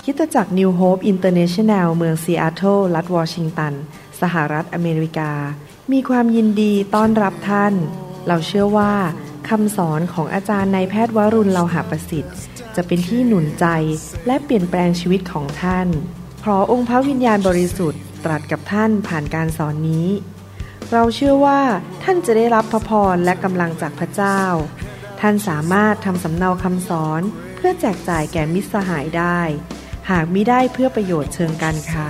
คริสตจักร New Hope International เมืองซีแอตเทิลรัฐวอชิงตันสหรัฐอเมริกามีความยินดีต้อนรับท่านเราเชื่อว่าคำสอนของอาจารย์นายแพทย์วรุณ เลาหะประสิทธิ์จะเป็นที่หนุนใจและเปลี่ยนแปลงชีวิตของท่านเพราะองค์พระวิญญาณบริสุทธิ์ตรัสกับท่านผ่านการสอนนี้เราเชื่อว่าท่านจะได้รับพระพรและกำลังจากพระเจ้าท่านสามารถทำสำเนาคำสอนเพื่อแจกจ่ายแก่มิตรสหายได้หากมิได้เพื่อประโยชน์เชิงการค้า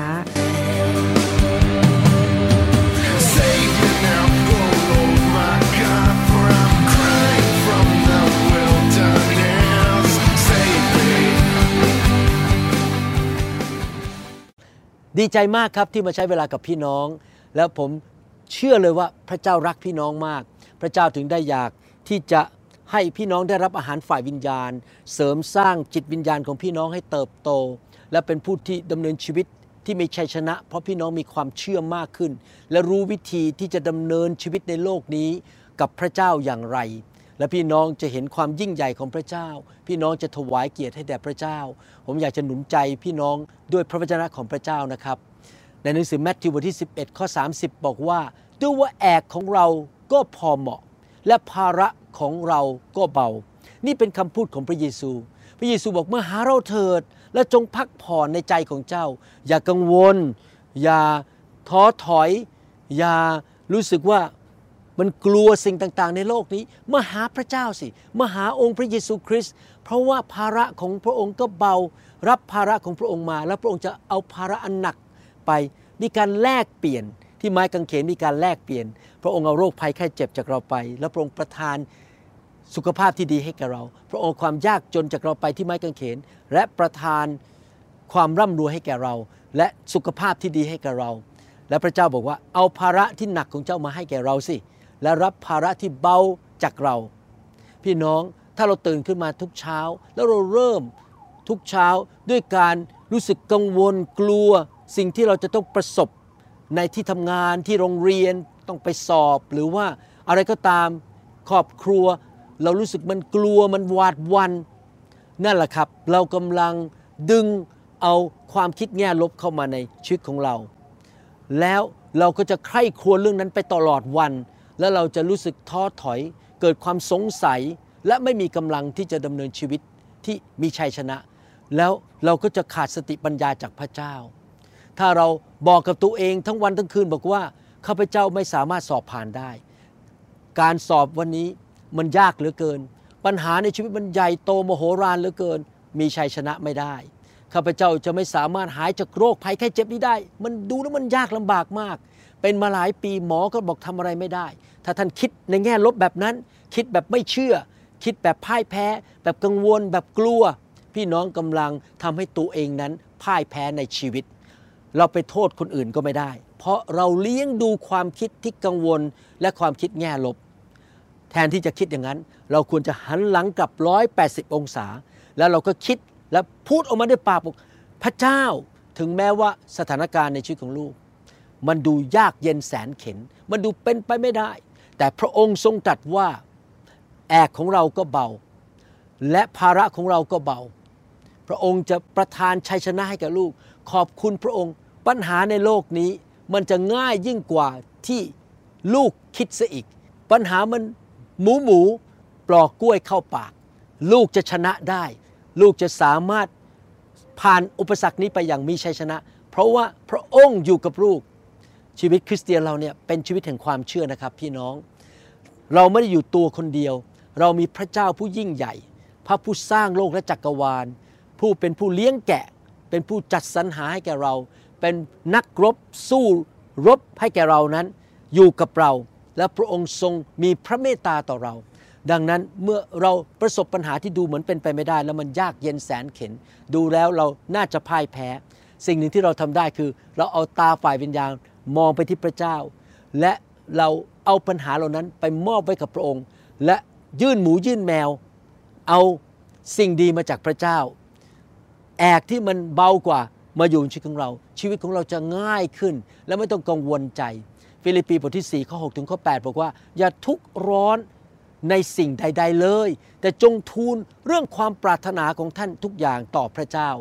ดีใจมากครับที่มาใช้เวลากับพี่น้องแล้วผมเชื่อเลยว่าพระเจ้ารักพี่น้องมากพระเจ้าถึงได้อยากที่จะให้พี่น้องได้รับอาหารฝ่ายวิญญาณเสริมสร้างจิตวิญญาณของพี่น้องให้เติบโตและเป็นผู้ที่ดำเนินชีวิตที่มีชัยชนะเพราะพี่น้องมีความเชื่อมากขึ้นและรู้วิธีที่จะดำเนินชีวิตในโลกนี้กับพระเจ้าอย่างไรและพี่น้องจะเห็นความยิ่งใหญ่ของพระเจ้าพี่น้องจะถวายเกียรติให้แด่พระเจ้าผมอยากจะหนุนใจพี่น้องด้วยพระวจนะของพระเจ้านะครับในหนังสือมัทธิวบทที่11ข้อ30บอกว่าด้วยว่าแอกของเราก็พอเหมาะและภาระของเราก็เบานี่เป็นคำพูดของพระเยซูพระเยซูบอกมาหาเราเถิดและจงพักผ่อนในใจของเจ้าอย่ากังวลอย่าท้อถอยอย่ารู้สึกว่ามันกลัวสิ่งต่างๆในโลกนี้มาหาพระเจ้าสิมาหาองค์พระเยซูคริสต์เพราะว่าภาระของพระองค์ก็เบารับภาระของพระองค์มาแล้วพระองค์จะเอาภาระอันหนักไปมีการแลกเปลี่ยนที่ไม้กางเขนมีการแลกเปลี่ยนพระองค์เอาโรคภัยไข้เจ็บจากเราไปแล้วพระองค์ประทานสุขภาพที่ดีให้แก่เราพระองค์ความยากจนจากเราไปที่ไม้กางเขนและประทานความร่ำรวยให้แก่เราและสุขภาพที่ดีให้แก่เราและพระเจ้าบอกว่าเอาภาระที่หนักของเจ้ามาให้แก่เราสิและรับภาระที่เบาจากเราพี่น้องถ้าเราตื่นขึ้นมาทุกเช้าแล้วเราเริ่มทุกเช้าด้วยการรู้สึกกังวลกลัวสิ่งที่เราจะต้องประสบในที่ทำงานที่โรงเรียนต้องไปสอบหรือว่าอะไรก็ตามครอบครัวเรารู้สึกมันกลัวมันหวาดหวั่นนั่นแหละครับเรากำลังดึงเอาความคิดแง่ลบเข้ามาในชีวิตของเราแล้วเราก็จะใคร่ครวญเรื่องนั้นไปตลอดวันแล้วเราจะรู้สึกท้อถอยเกิดความสงสัยและไม่มีกำลังที่จะดำเนินชีวิตที่มีชัยชนะแล้วเราก็จะขาดสติปัญญาจากพระเจ้าถ้าเราบอกกับตัวเองทั้งวันทั้งคืนบอกว่าข้าพเจ้าไม่สามารถสอบผ่านได้การสอบวันนี้มันยากเหลือเกินปัญหาในชีวิตมันใหญ่โตมโหฬารเหลือเกินมีชัยชนะไม่ได้ข้าพเจ้าจะไม่สามารถหายจากโรคภัยไข้เจ็บนี้ได้มันดูแล้วมันยากลำบากมากเป็นมาหลายปีหมอก็บอกทำอะไรไม่ได้ถ้าท่านคิดในแง่ลบแบบนั้นคิดแบบไม่เชื่อคิดแบบพ่ายแพ้แบบกังวลแบบกลัวพี่น้องกำลังทำให้ตัวเองนั้นพ่ายแพ้ในชีวิตเราไปโทษคนอื่นก็ไม่ได้เพราะเราเลี้ยงดูความคิดที่กังวลและความคิดแง่ลบแทนที่จะคิดอย่างนั้นเราควรจะหันหลังกลับ180องศาแล้วเราก็คิดและพูดออกมาด้วยปากบอกพระเจ้าถึงแม้ว่าสถานการณ์ในชีวิตของลูกมันดูยากเย็นแสนเข็ญมันดูเป็นไปไม่ได้แต่พระองค์ทรงตรัสว่าแอกของเราก็เบาและภาระของเราก็เบาพระองค์จะประทานชัยชนะให้กับลูกขอบคุณพระองค์ปัญหาในโลกนี้มันจะง่ายยิ่งกว่าที่ลูกคิดซะอีกปัญหามันหมูปลอกกล้วยเข้าปากลูกจะชนะได้ลูกจะสามารถผ่านอุปสรรคนี้ไปอย่างมีชัยชนะเพราะว่าพระองค์อยู่กับลูกชีวิตคริสเตียนเราเนี่ยเป็นชีวิตแห่งความเชื่อนะครับพี่น้องเราไม่ได้อยู่ตัวคนเดียวเรามีพระเจ้าผู้ยิ่งใหญ่พระผู้สร้างโลกและจักรวาลผู้เป็นผู้เลี้ยงแกะเป็นผู้จัดสรรหาให้แก่เราเป็นนักรบสู้รบให้แก่เรานั้นอยู่กับเราและพระองค์ทรงมีพระเมตตาต่อเราดังนั้นเมื่อเราประสบปัญหาที่ดูเหมือนเป็นไปไม่ได้แล้วมันยากเย็นแสนเข็ญดูแล้วเราน่าจะพ่ายแพ้สิ่งหนึ่งที่เราทำได้คือเราเอาตาฝ่ายวิญญาณมองไปที่พระเจ้าและเราเอาปัญหาเหล่านั้นไปมอบไว้กับพระองค์และยื่นหมูยื่นแมวเอาสิ่งดีมาจากพระเจ้าแอกที่มันเบากว่ามาอยู่ในชีวิตของเราชีวิตของเราจะง่ายขึ้นและไม่ต้องกังวลใจฟิลิปปีบทที่4ข้อ6ถึงข้อ8บอกว่าอย่าทุกข์ร้อนในสิ่งใดๆเลยแต่จงทูลเรื่องความปรารถนาของท่านทุกอย่างต่อพระเจ้า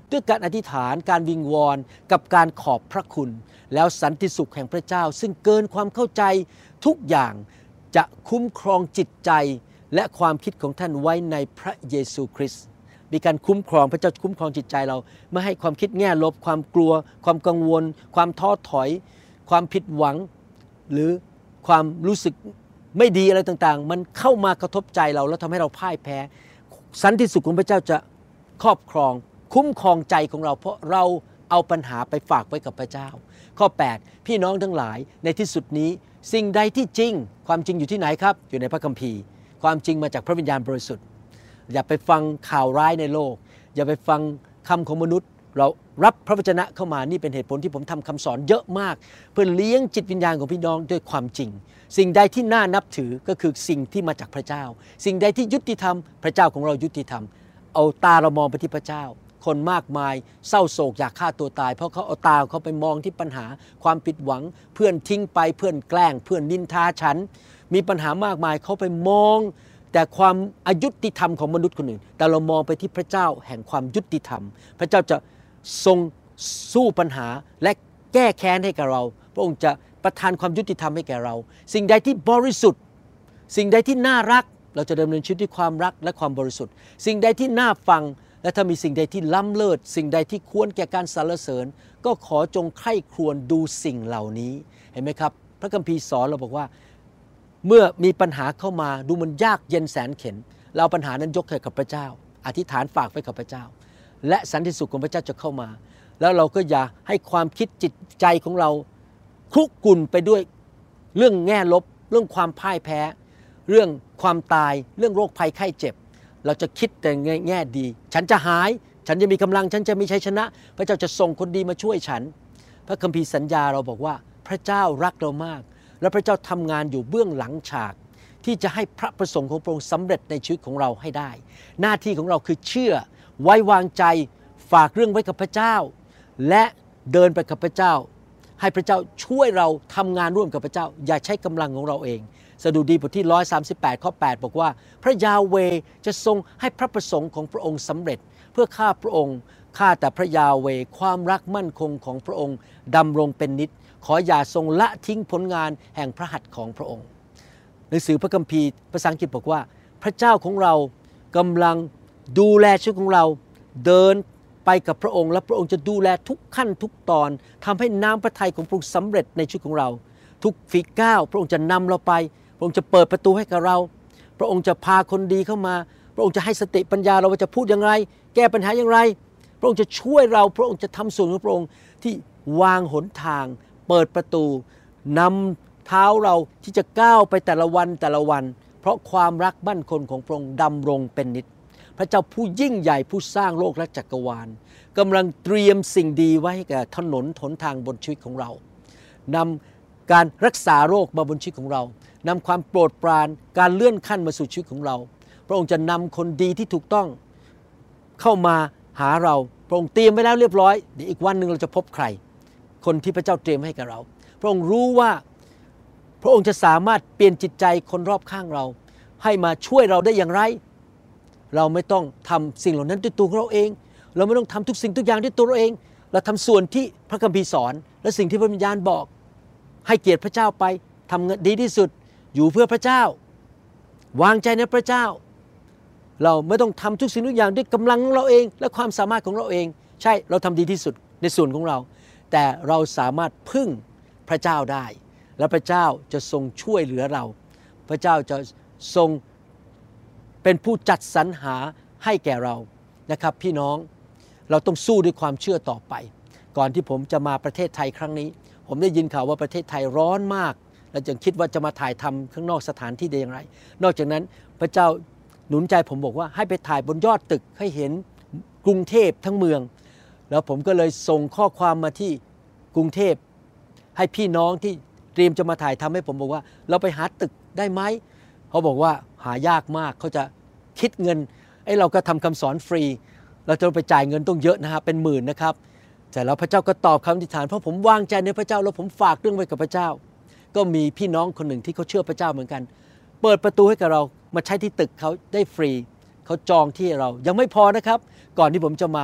ด้วยการอธิษฐานการวิงวอนกับการขอบพระคุณแล้วสันติสุขแห่งพระเจ้าซึ่งเกินความเข้าใจทุกอย่างจะคุ้มครองจิตใจและความคิดของท่านไว้ในพระเยซูคริสต์มีการคุ้มครองพระเจ้าคุ้มครองจิตใจเราไม่ให้ความคิดแง่ลบความกลัวความกังวลความท้อถอยความผิดหวังหรือความรู้สึกไม่ดีอะไรต่างๆมันเข้ามากระทบใจเราแล้วทำให้เราพ่ายแพ้สันติสุขของพระเจ้าจะครอบครองคุ้มครองใจของเราเพราะเราเอาปัญหาไปฝากไว้กับพระเจ้าข้อ8พี่น้องทั้งหลายในที่สุดนี้สิ่งใดที่จริงความจริงอยู่ที่ไหนครับอยู่ในพระคัมภีร์ความจริงมาจากพระวิญญาณบริสุทธิ์อย่าไปฟังข่าวร้ายในโลกอย่าไปฟังคำของมนุษย์เรารับพระวจนะเข้ามานี่เป็นเหตุผลที่ผมทำคำสอนเยอะมากเพื่อเลี้ยงจิตวิญญาณของพี่น้องด้วยความจริงสิ่งใดที่น่านับถือก็คือสิ่งที่มาจากพระเจ้าสิ่งใดที่ยุติธรรมพระเจ้าของเรายุติธรรมเอาตาเรามองไปที่พระเจ้าคนมากมายเศร้าโศกอยากฆ่าตัวตายเพราะเขาเอาตาเขาไปมองที่ปัญหาความผิดหวังเพื่อนทิ้งไปเพื่อนแกล้งเพื่อนนินทาฉันมีปัญหามากมายเขาไปมองแต่ความอายุติธรรมของมนุษย์คนอื่นแต่เรามองไปที่พระเจ้าแห่งความยุติธรรมพระเจ้าจะทรงสู้ปัญหาและแก้แค้นให้กับเราพระองค์จะประทานความยุติธรรมให้แก่เราสิ่งใดที่บริสุทธิ์สิ่งใดที่น่ารักเราจะดำเนินชีวิตด้วยความรักและความบริสุทธิ์สิ่งใดที่น่าฟังและถ้ามีสิ่งใดที่ล้ำเลิศสิ่งใดที่ควรแก่การสรรเสริญก็ขอจงใคร่ครวญดูสิ่งเหล่านี้เห็นไหมครับพระคัมภีร์สอนเราบอกว่าเมื่อมีปัญหาเข้ามาดูมันยากเย็นแสนเข็ญเราปัญหานั้นยกให้กับพระเจ้าอธิษฐานฝากไว้กับพระเจ้าและสันติสุขของพระเจ้าจะเข้ามาแล้วเราก็อย่าให้ความคิดจิตใจของเราคลุกกลุ่นไปด้วยเรื่องแง่ลบเรื่องความพ่ายแพ้เรื่องความตายเรื่องโรคภัยไข้เจ็บเราจะคิดแต่แง่ดีฉันจะหายฉันจะมีกำลังฉันจะมีชัยชนะพระเจ้าจะส่งคนดีมาช่วยฉันพระคัมภีร์สัญญาเราบอกว่าพระเจ้ารักเรามากและพระเจ้าทำงานอยู่เบื้องหลังฉากที่จะให้พระประสงค์ของพระองค์สำเร็จในชีวิตของเราให้ได้หน้าที่ของเราคือเชื่อไว้วางใจฝากเรื่องไว้กับพระเจ้าและเดินไปกับพระเจ้าให้พระเจ้าช่วยเราทำงานร่วมกับพระเจ้าอย่าใช้กำลังของเราเองสดุดีบทที่138ข้อ8บอกว่าพระยาเวห์จะทรงให้พระประสงค์ของพระองค์สำเร็จเพื่อข้าพระองค์ข้าแต่พระยาเวห์ความรักมั่นคงของพระองค์ดำรงเป็นนิจขออย่าทรงละทิ้งผลงานแห่งพระหัตถ์ของพระองค์หนังสือพระคัมภีร์ภาษาอังกฤษบอกว่าพระเจ้าของเรากำลังดูแลชีวิตของเราเดินไปกับพระองค์และพระองค์จะดูแลทุกขั้นทุกตอนทำให้น้ำพระทัยของพระองค์สำเร็จในชีวิตของเราทุกฝีก้าวพระองค์จะนำเราไปพระองค์จะเปิดประตูให้กับเราพระองค์จะพาคนดีเข้ามาพระองค์จะให้สติปัญญาเราว่าจะพูดอย่างไรแก้ปัญหาอย่างไรพระองค์จะช่วยเราพระองค์จะทำส่วนของพระองค์ที่วางหนทางเปิดประตูนำเท้าเราที่จะก้าวไปแต่ละวันแต่ละวันเพราะความรักมั่นคงของพระองค์ดำรงเป็นนิจพระเจ้าผู้ยิ่งใหญ่ผู้สร้างโลกและจักรวาลกำลังเตรียมสิ่งดีไว้ให้แก่ถนนหนทางบนชีวิตของเรานำการรักษาโรคมาบนชีวิตของเรานำความโปรดปรานการเลื่อนขั้นมาสู่ชีวิตของเราพระองค์จะนำคนดีที่ถูกต้องเข้ามาหาเราพระองค์เตรียมไว้แล้วเรียบร้อยเดี๋ยวอีกวันนึงเราจะพบใครคนที่พระเจ้าเตรียมให้กับเราพระองค์รู้ว่าพระองค์จะสามารถเปลี่ยนจิตใจคนรอบข้างเราให้มาช่วยเราได้อย่างไรเราไม่ต้องทำสิ่งเหล่านั้นด้วยตัวเราเองเราไม่ต้องทำทุกสิ่งทุกอย่างด้วยตัวเราเองเราทำส่วนที่พระคัมภีร์สอนและสิ่งที่พระวิญญาณบอกให้เกียรติพระเจ้าไปทำดีที่สุดอยู่เพื่อพระเจ้าวางใจในพระเจ้าเราไม่ต้องทำทุกสิ่งทุกอย่างด้วยกำลังของเราเองและความสามารถของเราเองใช่เราทำดีที่สุดในส่วนของเราแต่เราสามารถพึ่งพระเจ้าได้และพระเจ้าจะทรงช่วยเหลือเราพระเจ้าจะทรงเป็นผู้จัดสรรหาให้แก่เรานะครับพี่น้องเราต้องสู้ด้วยความเชื่อต่อไปก่อนที่ผมจะมาประเทศไทยครั้งนี้ผมได้ยินข่าวว่าประเทศไทยร้อนมากและจึงคิดว่าจะมาถ่ายทำข้างนอกสถานที่ได้อย่างไรนอกจากนั้นพระเจ้าหนุนใจผมบอกว่าให้ไปถ่ายบนยอดตึกให้เห็นกรุงเทพทั้งเมืองแล้วผมก็เลยส่งข้อความมาที่กรุงเทพให้พี่น้องที่เตรียมจะมาถ่ายทำให้ผมบอกว่าเราไปหาตึกได้ไหมเขาบอกว่าหายากมากเขาจะคิดเงินเราก็ทำคำสอนฟรีเราจะไปจ่ายเงินต้องเยอะนะฮะเป็นหมื่นนะครับแต่แล้วพระเจ้าก็ตอบคำอธิษฐานเพราะผมวางใจในพระเจ้าแล้วผมฝากเรื่องไว้กับพระเจ้าก็มีพี่น้องคนหนึ่งที่เขาเชื่อพระเจ้าเหมือนกันเปิดประตูให้กับเรามาใช้ที่ตึกเขาได้ฟรีเขาจองที่เรายังไม่พอนะครับก่อนที่ผมจะมา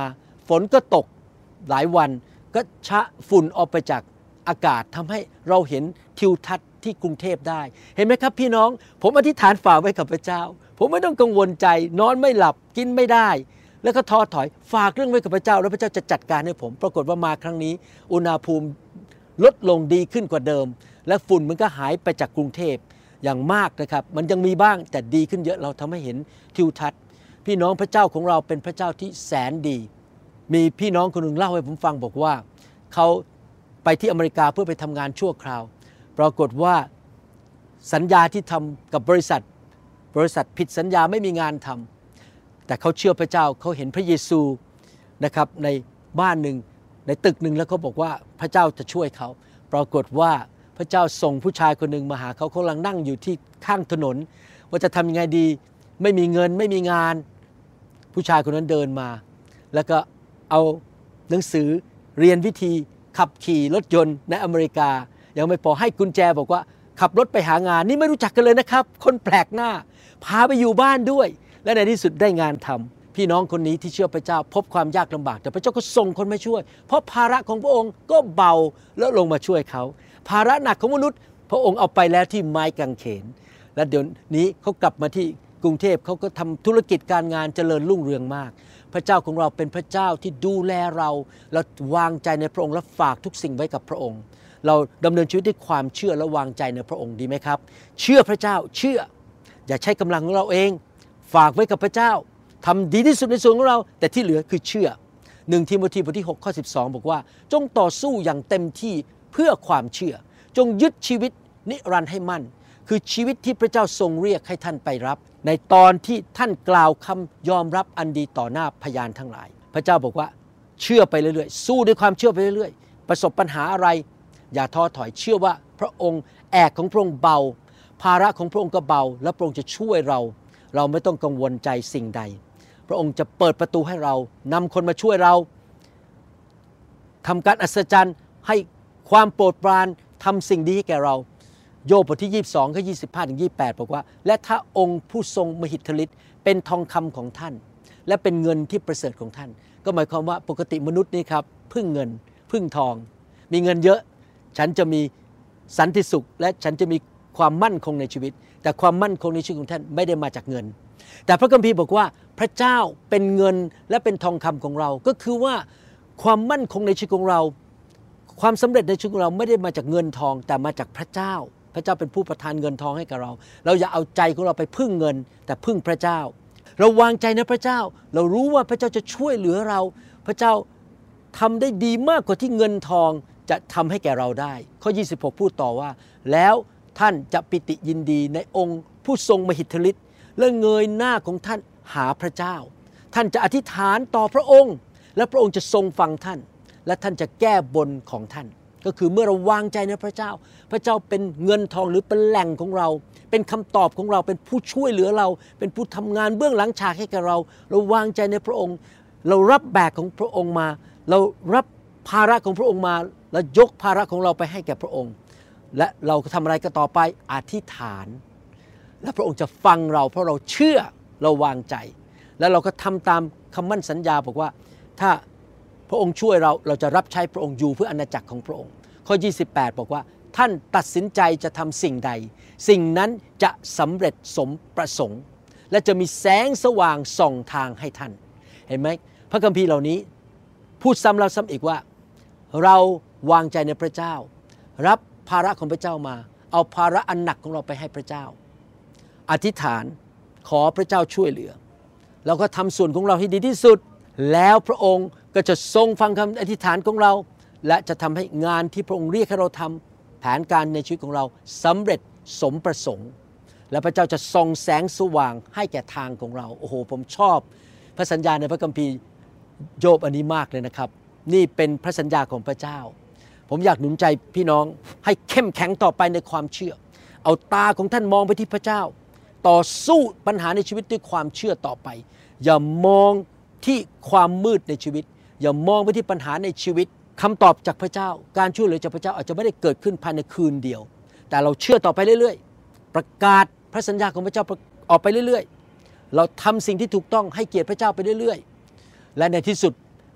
ฝนก็ตกหลายวันก็ชะฝุ่นออกไปจากอากาศทำให้เราเห็นทิวทัศน์ที่กรุงเทพได้เห็นไหมครับพี่น้องผมอธิษฐานฝากไว้กับพระเจ้าผมไม่ต้องกังวลใจนอนไม่หลับกินไม่ได้แล้วก็ท้อถอยฝากเรื่องไว้กับพระเจ้าแล้วพระเจ้าจะจัดการให้ผมปรากฏว่ามาครั้งนี้อุณหภูมิลดลงดีขึ้นกว่าเดิมและฝุ่นมันก็หายไปจากกรุงเทพอย่างมากนะครับมันยังมีบ้างแต่ดีขึ้นเยอะเราทำให้เห็นทิวทัศน์พี่น้องพระเจ้าของเราเป็นพระเจ้าที่แสนดีมีพี่น้องคนหนึ่งเล่าให้ผมฟังบอกว่าเขาไปที่อเมริกาเพื่อไปทำงานชั่วคราวปรากฏว่าสัญญาที่ทำกับบริษัทผิดสัญญาไม่มีงานทำแต่เขาเชื่อพระเจ้าเขาเห็นพระเยซูนะครับในบ้านหนึ่งในตึกหนึ่งแล้วเขาบอกว่าพระเจ้าจะช่วยเขาปรากฏว่าพระเจ้าส่งผู้ชายคนหนึ่งมาหาเขากำลังนั่งอยู่ที่ข้างถนนว่าจะทำยังไงดีไม่มีเงินไม่มีงานผู้ชายคนนั้นเดินมาแล้วก็เอาหนังสือเรียนวิธีขับขี่รถยนต์ในอเมริกายังไม่พอให้กุญแจบอกว่าขับรถไปหางานนี่ไม่รู้จักกันเลยนะครับคนแปลกหน้าพาไปอยู่บ้านด้วยและในที่สุดได้งานทำพี่น้องคนนี้ที่เชื่อพระเจ้าพบความยากลำบากแต่พระเจ้าก็ส่งคนมาช่วยเพราะภาระของพระองค์ก็เบาแล้วลงมาช่วยเขาภาระหนักของมนุษย์พระองค์เอาไปแล้วที่ไม้กางเขนและเดี๋ยวนี้เขากลับมาที่กรุงเทพเขาก็ทำธุรกิจการงานเจริญรุ่งเรืองมากพระเจ้าของเราเป็นพระเจ้าที่ดูแลเราและวางใจในพระองค์และฝากทุกสิ่งไว้กับพระองค์เราดำเนินชีวิตด้วยความเชื่อและวางใจในพระองค์ดีไหมครับเชื่อพระเจ้าเชื่ออย่าใช้กำลังของเราเองฝากไว้กับพระเจ้าทำดีที่สุดในส่วนของเราแต่ที่เหลือคือเชื่อ1ทิโมธีบทที่6ข้อ12บอกว่าจงต่อสู้อย่างเต็มที่เพื่อความเชื่อจงยึดชีวิตนิรันดร์ให้มั่นคือชีวิตที่พระเจ้าทรงเรียกให้ท่านไปรับในตอนที่ท่านกล่าวคำยอมรับอันดีต่อหน้าพยานทั้งหลายพระเจ้าบอกว่าเชื่อไปเรื่อยๆสู้ด้วยความเชื่อไปเรื่อยๆประสบปัญหาอะไรอย่าท้อถอยเชื่อว่าพระองค์แอกของพระองค์เบาภาระของพระองค์ก็เบาและพระองค์จะช่วยเราไม่ต้องกังวลใจสิ่งใดพระองค์จะเปิดประตูให้เรานำคนมาช่วยเราทำการอัศจรรย์ให้ความโปรดปรานทำสิ่งดีให้แก่เราโยบบทที่22ข้อ25ถึง28บอกว่าและถ้าองค์ผู้ทรงมหิทธิฤทธิ์เป็นทองคำของท่านและเป็นเงินที่ประเสริฐของท่านก็หมายความว่าปกติมนุษย์นี่ครับพึ่งเงินพึ่งทองมีเงินเยอะฉันจะมีสันติสุขและฉันจะมีความมั่นคงในชีวิตแต่ความมั่นคงในชีวิตของท่านไม่ได้มาจากเงินแต่พระคัมภีร์บอกว่าพระเจ้าเป็นเงินและเป็นทองคำของเราก็คือว่าความมั่นคงในชีวิตของเราความสำเร็จในชีวิตของเราไม่ได้มาจากเงินทองแต่มาจากพระเจ้าพระเจ้าเป็นผู้ประทานเงินทองให้กับเราอย่าเอาใจของเราไปพึ่งเงินแต่พึ่งพระเจ้าเราวางใจในพระเจ้าเรารู้ว่าพระเจ้าจะช่วยเหลือเราพระเจ้าทำได้ดีมากกว่าที่เงินทองจะทำให้แก่เราได้ข้อ26พูดต่อว่าแล้วท่านจะปิติยินดีในองค์ผู้ทรงมหิทธิฤทธิ์และเงยหน้าของท่านหาพระเจ้าท่านจะอธิษฐานต่อพระองค์และพระองค์จะทรงฟังท่านและท่านจะแก้บนของท่านก็คือเมื่อเราวางใจในพระเจ้าพระเจ้าเป็นเงินทองหรือเป็นแหล่งของเราเป็นคำตอบของเราเป็นผู้ช่วยเหลือเราเป็นผู้ทำงานเบื้องหลังฉากให้กับเราวางใจในพระองค์เรารับแบกของพระองค์มาเรารับภาระของพระองค์มาและยกภาระของเราไปให้แก่พระองค์และเราทำอะไรก็ต่อไปอธิษฐานและพระองค์จะฟังเราเพราะเราเชื่อเราวางใจแล้วเราก็ทำตามคำมั่นสัญญาบอกว่าถ้าพระองค์ช่วยเราจะรับใช้พระองค์อยู่เพื่ออาณาจักรของพระองค์ข้อ28บอกว่าท่านตัดสินใจจะทำสิ่งใดสิ่งนั้นจะสำเร็จสมประสงค์และจะมีแสงสว่างส่องทางให้ท่านเห็นไหมพระคัมภีร์เหล่านี้พูดซ้ำแล้วซ้ำอีกว่าเราวางใจในพระเจ้ารับภาระของพระเจ้ามาเอาภาระอันหนักของเราไปให้พระเจ้าอธิษฐานขอพระเจ้าช่วยเหลือเราก็ทำส่วนของเราให้ดีที่สุดแล้วพระองค์ก็จะทรงฟังคำอธิษฐานของเราและจะทำให้งานที่พระองค์เรียกให้เราทำแผนการในชีวิตของเราสำเร็จสมประสงค์และพระเจ้าจะส่องแสงสว่างให้แก่ทางของเราโอ้โหผมชอบพระสัญญาในพระคัมภีร์โยบอันนี้มากเลยนะครับนี่เป็นพระสัญญาของพระเจ้าผมอยากหนุนใจพี่น้องให้เข้มแข็งต่อไปในความเชื่อเอาตาของท่านมองไปที่พระเจ้าต่อสู้ปัญหาในชีวิตด้วยความเชื่อต่อไปอย่ามองที่ความมืดในชีวิตอย่ามองไปที่ปัญหาในชีวิตคำตอบจากพระเจ้าการช่วยเหลือจากพระเจ้าอาจจะไม่ได้เกิดขึ้นภายในคืนเดียวแต่เราเชื่อต่อไปเรื่อยๆประกาศพระสัญญาของพระเจ้าออกไปเรื่อยๆเราทำสิ่งที่ถูกต้องให้เกียรติพระเจ้าไปเรื่อยๆและในที่สุด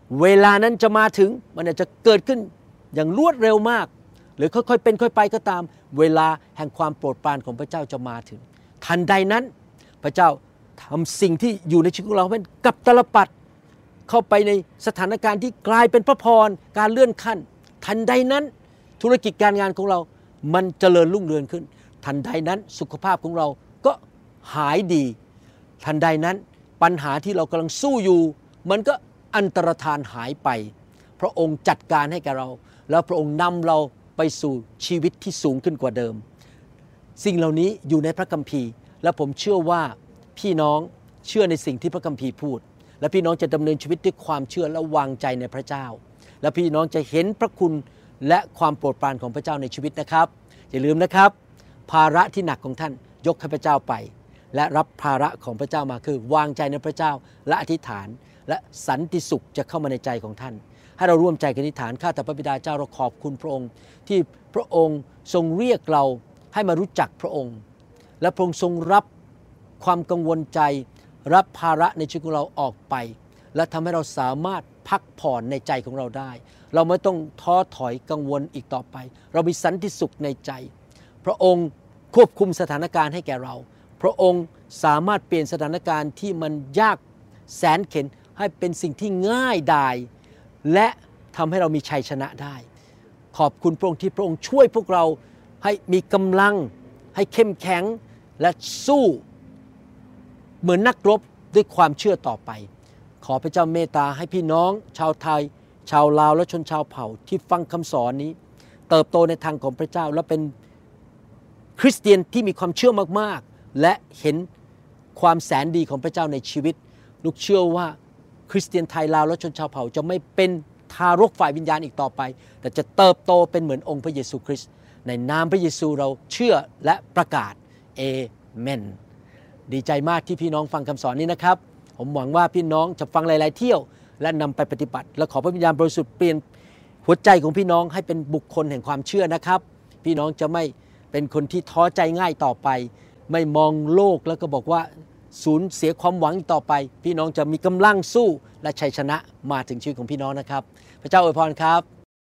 เวลานั้นจะมาถึงมันอาจจะเกิดขึ้นอย่างรวดเร็วมากหรือค่อยๆเป็นค่อยไปก็ตามเวลาแห่งความโปรดปรานของพระเจ้าจะมาถึงทันใดนั้นพระเจ้าทำสิ่งที่อยู่ในชีวิตของเราเป็นกับตลปัดเข้าไปในสถานการณ์ที่กลายเป็นพระพรการเลื่อนขั้นทันใดนั้นธุรกิจการงานของเรามันเจริญรุ่งเรืองขึ้นทันใดนั้นสุขภาพของเราก็หายดีทันใดนั้นปัญหาที่เรากำลังสู้อยู่มันก็อันตรธานหายไปพระองค์จัดการให้กับเราแล้วพระองค์นำเราไปสู่ชีวิตที่สูงขึ้นกว่าเดิมสิ่งเหล่านี้อยู่ในพระคัมภีร์และผมเชื่อว่าพี่น้องเชื่อในสิ่งที่พระคัมภีร์พูดและพี่น้องจะดำเนินชีวิตด้วยความเชื่อและวางใจในพระเจ้าและพี่น้องจะเห็นพระคุณและความโปรดปรานของพระเจ้าในชีวิตนะครับอย่าลืมนะครับภาระที่หนักของท่านยกให้พระเจ้าไปและรับภาระของพระเจ้ามาคือวางใจในพระเจ้าและอธิษฐานและสันติสุขจะเข้ามาในใจของท่านให้เราร่วมใจกันอธิษฐานข้าแต่พระบิดาเจ้าเราขอบคุณพระองค์ที่พระองค์ทรงเรียกเราให้มารู้จักพระองค์และพระองค์ทรงรับความกังวลใจรับภาระในชีวิตของเราออกไปและทำให้เราสามารถพักผ่อนในใจของเราได้เราไม่ต้องท้อถอยกังวลอีกต่อไปเรามีสันติสุขในใจพระองค์ควบคุมสถานการณ์ให้แก่เราพระองค์สามารถเปลี่ยนสถานการณ์ที่มันยากแสนเข็ญให้เป็นสิ่งที่ง่ายดายและทำให้เรามีชัยชนะได้ขอบคุณพระองค์ที่พระองค์ช่วยพวกเราให้มีกำลังให้เข้มแข็งและสู้เหมือนนักรบด้วยความเชื่อต่อไปขอพระเจ้าเมตตาให้พี่น้องชาวไทยชาวลาวและชนชาวเผ่าที่ฟังคำสอนนี้เติบโตในทางของพระเจ้าและเป็นคริสเตียนที่มีความเชื่อมากๆและเห็นความแสนดีของพระเจ้าในชีวิตลูกเชื่อว่าคริสเตียนไทยลาวและชนชาวเผ่าจะไม่เป็นทารกฝ่ายวิญญาณอีกต่อไปแต่จะเติบโตเป็นเหมือนองค์พระเยซูคริสต์ในนามพระเยซูเราเชื่อและประกาศเอเมนดีใจมากที่พี่น้องฟังคำสอนนี้นะครับผมหวังว่าพี่น้องจะฟังหลายๆเที่ยวและนำไปปฏิบัติและขอพระวิญญาณบริสุทธิ์เปลี่ยนหัวใจของพี่น้องให้เป็นบุคคลแห่งความเชื่อนะครับพี่น้องจะไม่เป็นคนที่ท้อใจง่ายต่อไปไม่มองโลกแล้วก็บอกว่าสูญเสียความหวังต่อไปพี่น้องจะมีกำลังสู้และชัยชนะมาถึงชีวิตของพี่น้องนะครับพระเจ้าอวยพรครับ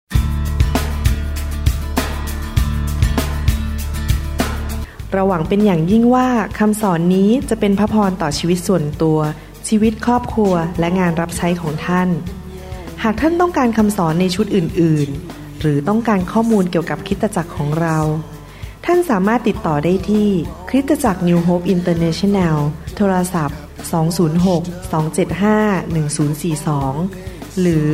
เราหวังเป็นอย่างยิ่งว่าคำสอนนี้จะเป็นพระพรต่อชีวิตส่วนตัวชีวิตครอบครัวและงานรับใช้ของท่านหากท่านต้องการคำสอนในชุดอื่นๆหรือต้องการข้อมูลเกี่ยวกับคริสตจักรของเราท่านสามารถติดต่อได้ที่คริสตจักร New Hope International โทรศัพท์206-275-1042หรือ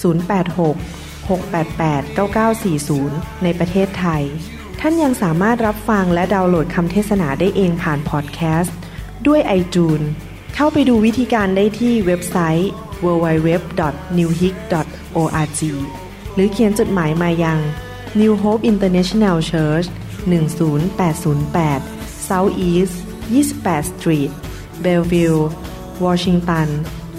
086-688-9940ในประเทศไทยท่านยังสามารถรับฟังและดาวน์โหลดคำเทศนาได้เองผ่านพอดแคสต์ด้วย iTunes เข้าไปดูวิธีการได้ที่เว็บไซต์ www.newhope.org หรือเขียนจดหมายมายัง New Hope International Church 10808 South East 28 Street Bellevue Washington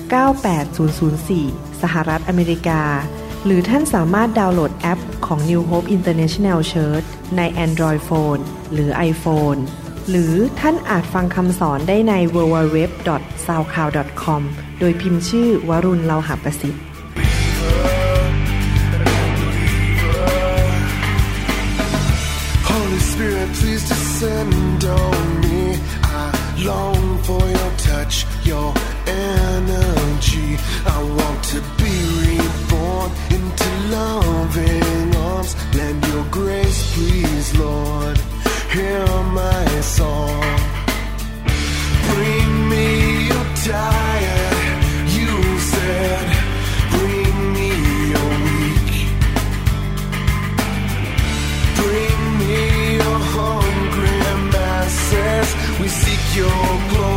98004 สหรัฐอเมริกาหรือท่านสามารถดาวน์โหลดแอปของ New Hope International Church ใน Android Phone หรือ iPhone หรือท่านอาจฟังคำสอนได้ใน www.soundcloud.com โดยพิมพ์ชื่อวรุณ เลาหะประสิทธิ์ Holy Spirit, please descend on me. I long for your touch, your energy. I want to be reborn into loving arms. Lend your grace, please, Lord. Hear my song. Bring me your tired, you said. Bring me your weak. Bring me your hungry masses. We seek your glory.